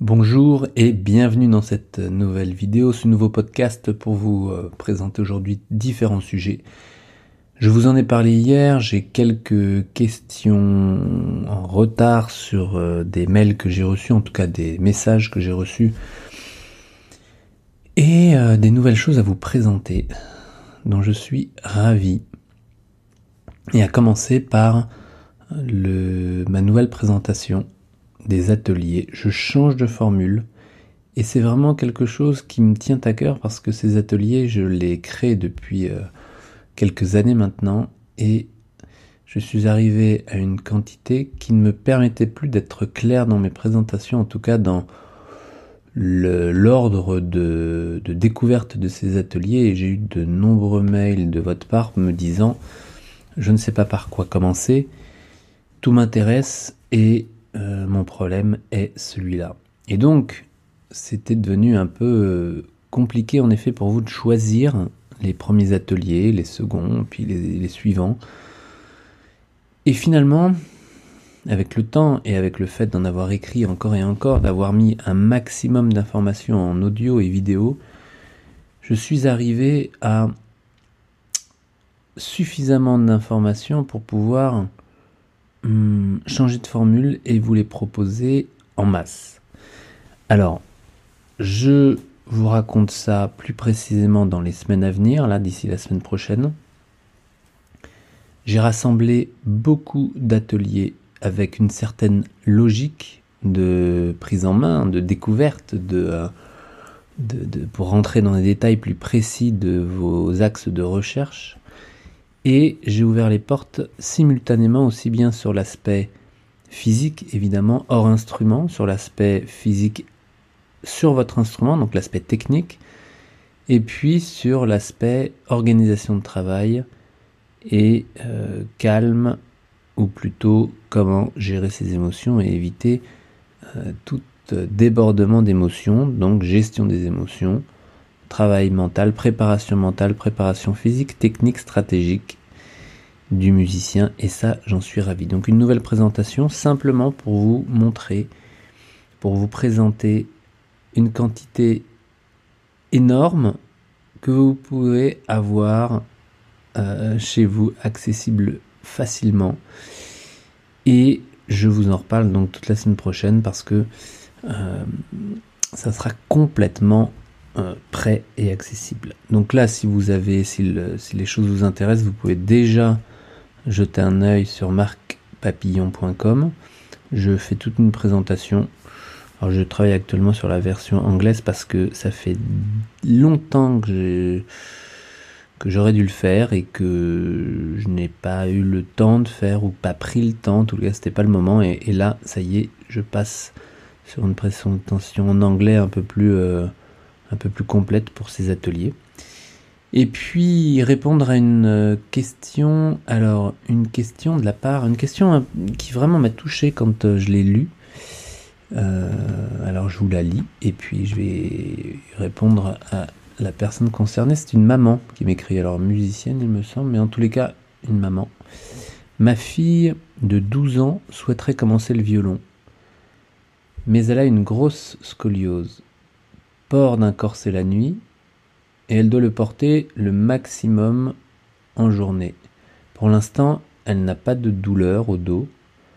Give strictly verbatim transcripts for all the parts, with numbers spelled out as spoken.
Bonjour et bienvenue dans cette nouvelle vidéo, ce nouveau podcast pour vous euh, présenter aujourd'hui différents sujets. Je vous en ai parlé hier, j'ai quelques questions en retard sur euh, des mails que j'ai reçus, en tout cas des messages que j'ai reçus, et euh, des nouvelles choses à vous présenter, dont je suis ravi. Et à commencer par le, ma nouvelle présentation des ateliers. Je change de formule et c'est vraiment quelque chose qui me tient à cœur parce que ces ateliers, je les crée depuis euh, quelques années maintenant et je suis arrivé à une quantité qui ne me permettait plus d'être clair dans mes présentations, en tout cas dans le, l'ordre de, de découverte de ces ateliers, et j'ai eu de nombreux mails de votre part me disant je ne sais pas par quoi commencer, tout m'intéresse et Euh, mon problème est celui-là. Et donc, c'était devenu un peu euh, compliqué en effet pour vous de choisir les premiers ateliers, les seconds, puis les, les suivants. Et finalement, avec le temps et avec le fait d'en avoir écrit encore et encore, d'avoir mis un maximum d'informations en audio et vidéo, je suis arrivé à suffisamment d'informations pour pouvoir hum, changer de formule et vous les proposer en masse. Alors, je vous raconte ça plus précisément dans les semaines à venir, là d'ici la semaine prochaine. J'ai rassemblé beaucoup d'ateliers avec une certaine logique de prise en main, de découverte, de, de, de, pour rentrer dans les détails plus précis de vos axes de recherche. Et j'ai ouvert les portes simultanément aussi bien sur l'aspect physique, évidemment, hors instrument, sur l'aspect physique sur votre instrument, donc l'aspect technique, et puis sur l'aspect organisation de travail et euh, calme, ou plutôt comment gérer ses émotions et éviter euh, tout débordement d'émotions, donc gestion des émotions, travail mental, préparation mentale, préparation physique, technique, stratégique du musicien, et ça, j'en suis ravi. Donc une nouvelle présentation, simplement pour vous montrer, pour vous présenter une quantité énorme que vous pouvez avoir euh, chez vous, accessible facilement. Et je vous en reparle donc toute la semaine prochaine parce que euh, ça sera complètement Euh, prêt et accessible. Donc là, si vous avez, si, le, si les choses vous intéressent, vous pouvez déjà jeter un œil sur marc papillon point com. Je fais toute une présentation. Alors je travaille actuellement sur la version anglaise parce que ça fait longtemps que j'ai, que j'aurais dû le faire et que je n'ai pas eu le temps de faire ou pas pris le temps. En tout cas, c'était pas le moment. Et, et là, ça y est, je passe sur une présentation en anglais un peu plus euh, un peu plus complète pour ces ateliers. Et puis répondre à une question, alors une question de la part, une question qui vraiment m'a touché quand je l'ai lue. Euh, alors je vous la lis et puis je vais répondre à la personne concernée. C'est une maman qui m'écrit, alors musicienne il me semble, mais en tous les cas une maman. Ma fille de douze ans souhaiterait commencer le violon, mais elle a une grosse scoliose. Port d'un corset la nuit, et elle doit le porter le maximum en journée. Pour l'instant, elle n'a pas de douleur au dos.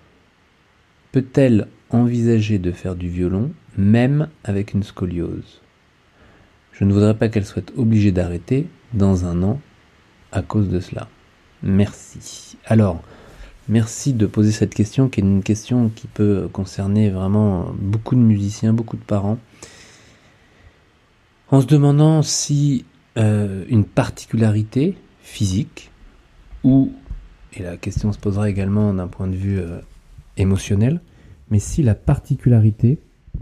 Peut-elle envisager de faire du violon, même avec une scoliose ? Je ne voudrais pas qu'elle soit obligée d'arrêter dans un an à cause de cela. Merci. Alors, merci de poser cette question, qui est une question qui peut concerner vraiment beaucoup de musiciens, beaucoup de parents, en se demandant si euh, une particularité physique ou, et la question se posera également d'un point de vue euh, émotionnel, mais si la particularité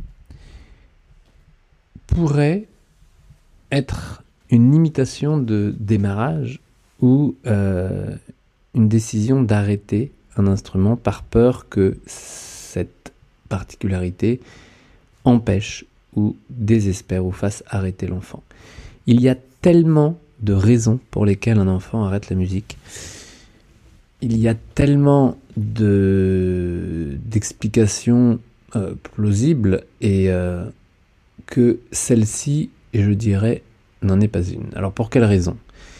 pourrait être une limitation de démarrage ou euh, une décision d'arrêter un instrument par peur que cette particularité empêche ou désespère ou fasse arrêter l'enfant. Il y a tellement de raisons pour lesquelles un enfant arrête la musique. Il y a tellement de, d'explications euh, plausible et euh, que celle-ci, je dirais, n'en est pas une. Alors pour quelle raison ?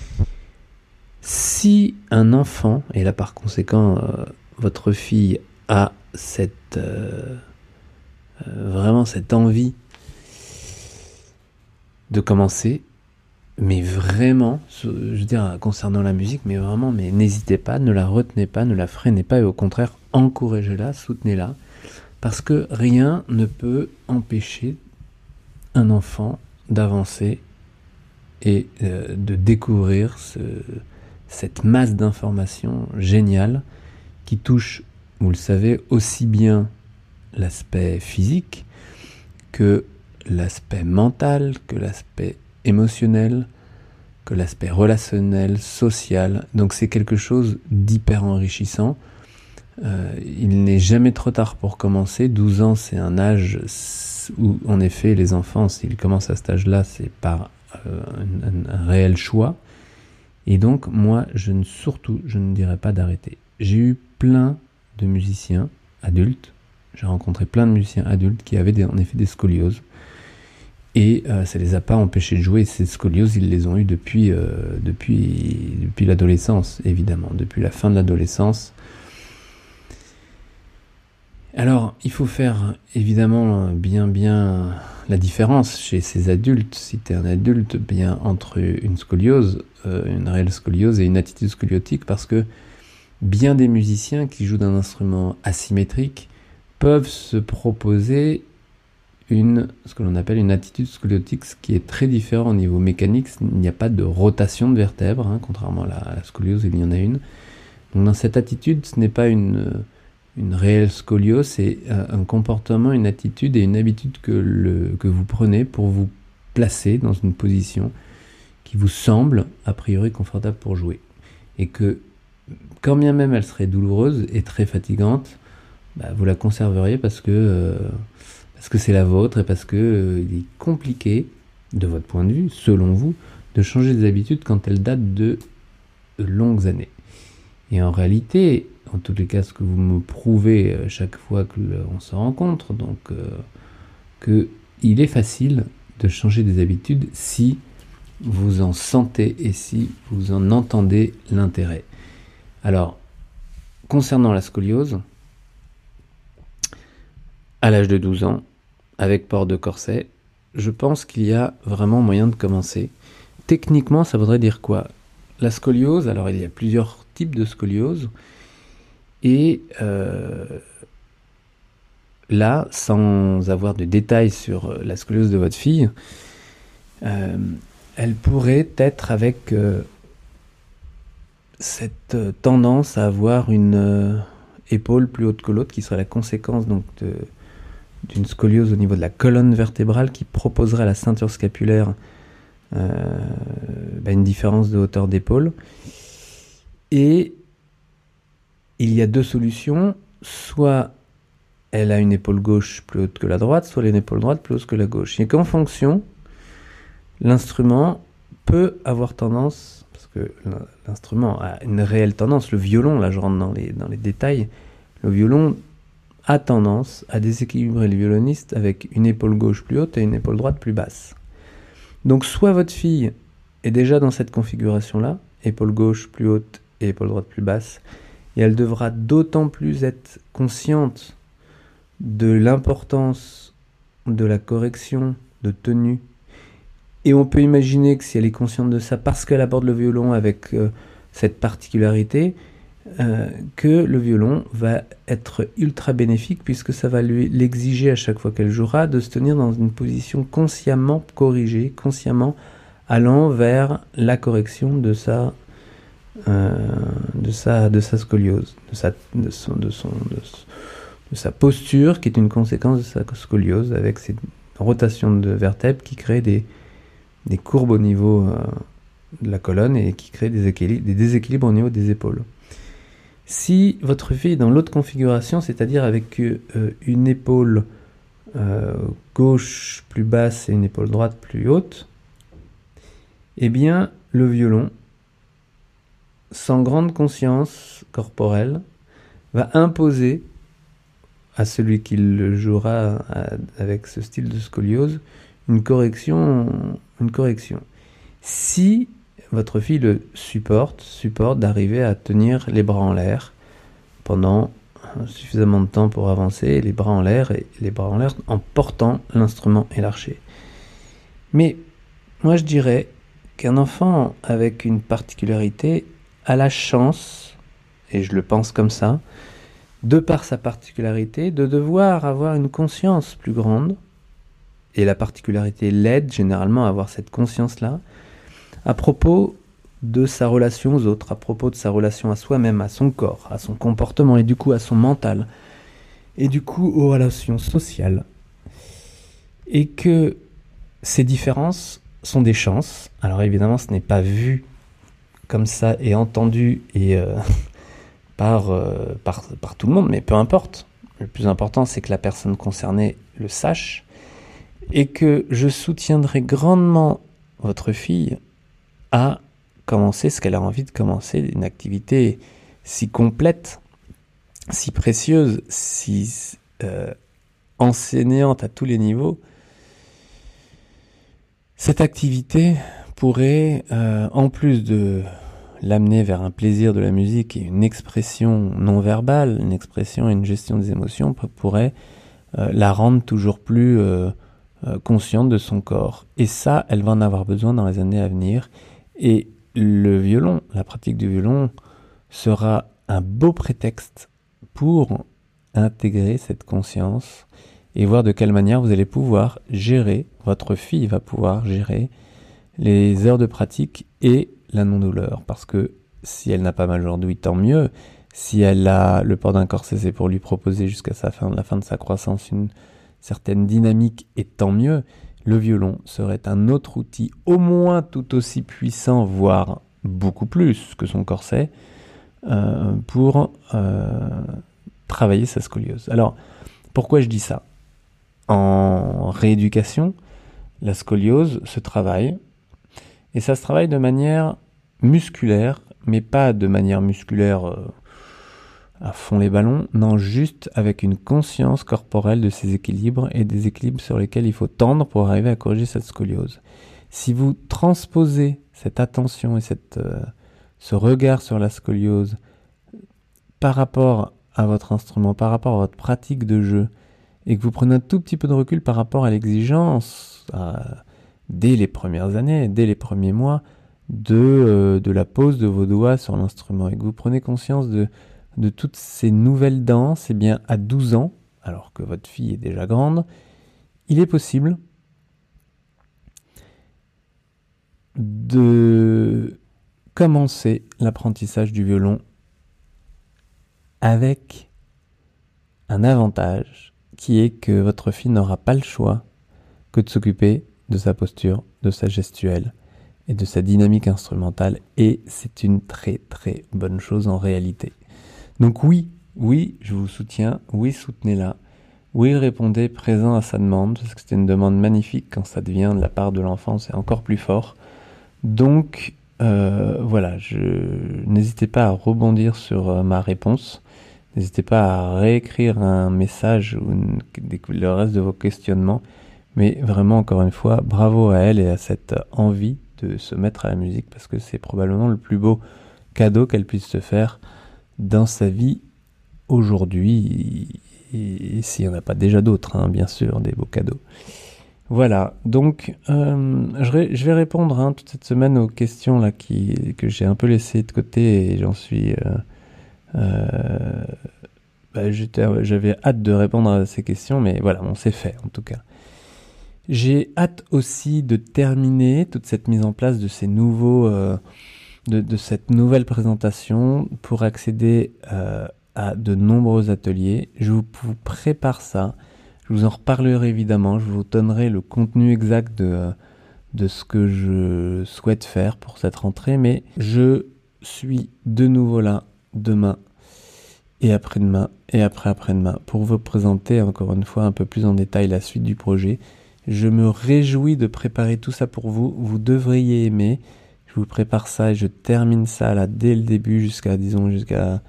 Si un enfant, et là par conséquent euh, votre fille a cette euh, euh, vraiment cette envie de commencer, mais vraiment, je veux dire concernant la musique, mais vraiment, mais n'hésitez pas, ne la retenez pas, ne la freinez pas, et au contraire, encouragez-la, soutenez-la, parce que rien ne peut empêcher un enfant d'avancer et euh, de découvrir ce, cette masse d'informations géniales qui touche, vous le savez, aussi bien l'aspect physique que l'aspect mental, que l'aspect émotionnel, que l'aspect relationnel, social. Donc c'est quelque chose d'hyper enrichissant. Euh, il n'est jamais trop tard pour commencer. douze ans, c'est un âge où, en effet, les enfants, s'ils commencent à cet âge-là, c'est par euh, un, un, un réel choix. Et donc, moi, je ne, surtout, je ne dirais pas d'arrêter. J'ai eu plein de musiciens adultes. J'ai rencontré plein de musiciens adultes qui avaient des, en effet des scolioses. Et euh, ça les a pas empêchés de jouer. Ces scolioses, ils les ont eu depuis, euh, depuis, depuis l'adolescence, évidemment, depuis la fin de l'adolescence. Alors, il faut faire évidemment bien bien la différence chez ces adultes, si tu es un adulte, bien entre une scoliose, euh, une réelle scoliose et une attitude scoliotique, parce que bien des musiciens qui jouent d'un instrument asymétrique peuvent se proposer une, ce que l'on appelle une attitude scoliotique, ce qui est très différent au niveau mécanique. Il n'y a pas de rotation de vertèbres, hein, contrairement à la, à la scoliose, il y en a une. Donc dans cette attitude, ce n'est pas une, une réelle scoliose, c'est un comportement, une attitude et une habitude que, le, que vous prenez pour vous placer dans une position qui vous semble a priori confortable pour jouer. Et que, quand bien même elle serait douloureuse et très fatigante, bah, vous la conserveriez parce que... Euh, parce que c'est la vôtre et parce que euh, il est compliqué, de votre point de vue, selon vous, de changer des habitudes quand elles datent de longues années. Et en réalité, en tous les cas, ce que vous me prouvez euh, chaque fois que l'on se rencontre, donc euh, que il est facile de changer des habitudes si vous en sentez et si vous en entendez l'intérêt. Alors, concernant la scoliose, à l'âge de douze ans, avec port de corset, je pense qu'il y a vraiment moyen de commencer. Techniquement, ça voudrait dire quoi ? La scoliose, alors il y a plusieurs types de scoliose, et euh, là, sans avoir de détails sur la scoliose de votre fille, euh, elle pourrait être avec euh, cette tendance à avoir une euh, épaule plus haute que l'autre, qui serait la conséquence donc de d'une scoliose au niveau de la colonne vertébrale qui proposerait à la ceinture scapulaire euh, bah une différence de hauteur d'épaule. Et il y a deux solutions, soit elle a une épaule gauche plus haute que la droite, soit elle a une épaule droite plus haute que la gauche. Et qu'en fonction, l'instrument peut avoir tendance, parce que l'instrument a une réelle tendance, le violon, là je rentre dans les, dans les détails, le violon a tendance à déséquilibrer le violoniste avec une épaule gauche plus haute et une épaule droite plus basse. Donc soit votre fille est déjà dans cette configuration-là, épaule gauche plus haute et épaule droite plus basse, et elle devra d'autant plus être consciente de l'importance de la correction de tenue. Et on peut imaginer que si elle est consciente de ça, parce qu'elle aborde le violon avec euh, cette particularité, Euh, que le violon va être ultra bénéfique puisque ça va lui l'exiger à chaque fois qu'elle jouera de se tenir dans une position consciemment corrigée, consciemment allant vers la correction de sa euh, de sa de sa scoliose, de sa de son de son de, de sa posture qui est une conséquence de sa scoliose avec ces rotations de vertèbres qui créent des des courbes au niveau euh, de la colonne et qui créent des équilibres, des déséquilibres au niveau des épaules. Si votre fille est dans l'autre configuration, c'est-à-dire avec euh, une épaule euh, gauche plus basse et une épaule droite plus haute, eh bien, le violon, sans grande conscience corporelle, va imposer à celui qui le jouera à, avec ce style de scoliose une correction, une correction. Si votre fille le supporte, supporte d'arriver à tenir les bras en l'air pendant suffisamment de temps pour avancer, les bras en l'air et les bras en l'air en portant l'instrument et l'archet. Mais moi je dirais qu'un enfant avec une particularité a la chance, et je le pense comme ça, de par sa particularité, de devoir avoir une conscience plus grande, et la particularité l'aide généralement à avoir cette conscience-là, à propos de sa relation aux autres, à propos de sa relation à soi-même, à son corps, à son comportement, et du coup à son mental, et du coup aux relations sociales. Et que ces différences sont des chances. Alors évidemment, ce n'est pas vu comme ça et entendu et euh, par, euh, par, par tout le monde, mais peu importe. Le plus important, c'est que la personne concernée le sache et que je soutiendrai grandement votre fille à commencer ce qu'elle a envie de commencer, une activité si complète, si précieuse, si euh, enseignante à tous les niveaux. Cette activité pourrait, euh, en plus de l'amener vers un plaisir de la musique et une expression non verbale, une expression et une gestion des émotions, pourrait euh, la rendre toujours plus euh, euh, consciente de son corps. Et ça, elle va en avoir besoin dans les années à venir. Et le violon, la pratique du violon, sera un beau prétexte pour intégrer cette conscience et voir de quelle manière vous allez pouvoir gérer, votre fille va pouvoir gérer les heures de pratique et la non-douleur. Parce que si elle n'a pas mal aujourd'hui, tant mieux. Si elle a le port d'un corset, c'est pour lui proposer jusqu'à sa fin, la fin de sa croissance une certaine dynamique, et tant mieux. Le violon serait un autre outil, au moins tout aussi puissant, voire beaucoup plus que son corset, euh, pour euh, travailler sa scoliose. Alors, pourquoi je dis ça ? En rééducation, la scoliose se travaille, et ça se travaille de manière musculaire, mais pas de manière musculaire euh, à fond les ballons, non, juste avec une conscience corporelle de ses équilibres et des équilibres sur lesquels il faut tendre pour arriver à corriger cette scoliose. Si vous transposez cette attention et cette, euh, ce regard sur la scoliose par rapport à votre instrument, par rapport à votre pratique de jeu, et que vous prenez un tout petit peu de recul par rapport à l'exigence, à, dès les premières années, dès les premiers mois, de, euh, de la pose de vos doigts sur l'instrument, et que vous prenez conscience de, de toutes ces nouvelles danses, eh bien à douze ans, alors que votre fille est déjà grande, il est possible de commencer l'apprentissage du violon avec un avantage qui est que votre fille n'aura pas le choix que de s'occuper de sa posture, de sa gestuelle et de sa dynamique instrumentale, et c'est une très très bonne chose en réalité. Donc oui, oui, je vous soutiens, oui, soutenez-la, oui, répondez présent à sa demande, parce que c'est une demande magnifique quand ça devient de la part de l'enfant, c'est encore plus fort. Donc euh, voilà, je... n'hésitez pas à rebondir sur euh, ma réponse. N'hésitez pas à réécrire un message ou une, le reste de vos questionnements. Mais vraiment, encore une fois, bravo à elle et à cette envie de se mettre à la musique, parce que c'est probablement le plus beau cadeau qu'elle puisse se faire dans sa vie aujourd'hui. Et, et s'il n'y en a pas déjà d'autres, hein, bien sûr, des beaux cadeaux. Voilà, donc euh, je, ré, je vais répondre hein, toute cette semaine aux questions là, qui, que j'ai un peu laissées de côté, et j'en suis... Euh, Euh, bah, j'étais, j'avais hâte de répondre à ces questions, mais voilà, on s'est fait en tout cas. J'ai hâte aussi de terminer toute cette mise en place de ces nouveaux, euh, de, de cette nouvelle présentation pour accéder euh, à de nombreux ateliers. Je vous, vous prépare ça, je vous en reparlerai évidemment, je vous donnerai le contenu exact de, de ce que je souhaite faire pour cette rentrée, mais je suis de nouveau là demain et après-demain et après-après-demain pour vous présenter encore une fois un peu plus en détail la suite du projet. Je me réjouis de préparer tout ça pour vous, vous devriez aimer. Je vous prépare ça et je termine ça là dès le début jusqu'à disons jusqu'à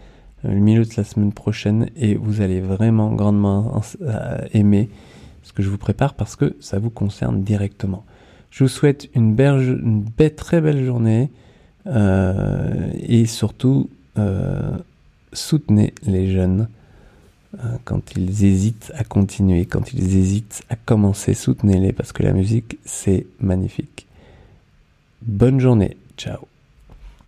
le Milote la semaine prochaine et vous allez vraiment grandement aimer ce que je vous prépare parce que ça vous concerne directement. Je vous souhaite une, belle, une belle, très belle journée euh, et surtout euh, soutenez les jeunes euh, quand ils hésitent à continuer, quand ils hésitent à commencer, soutenez-les parce que la musique c'est magnifique. Bonne journée, ciao.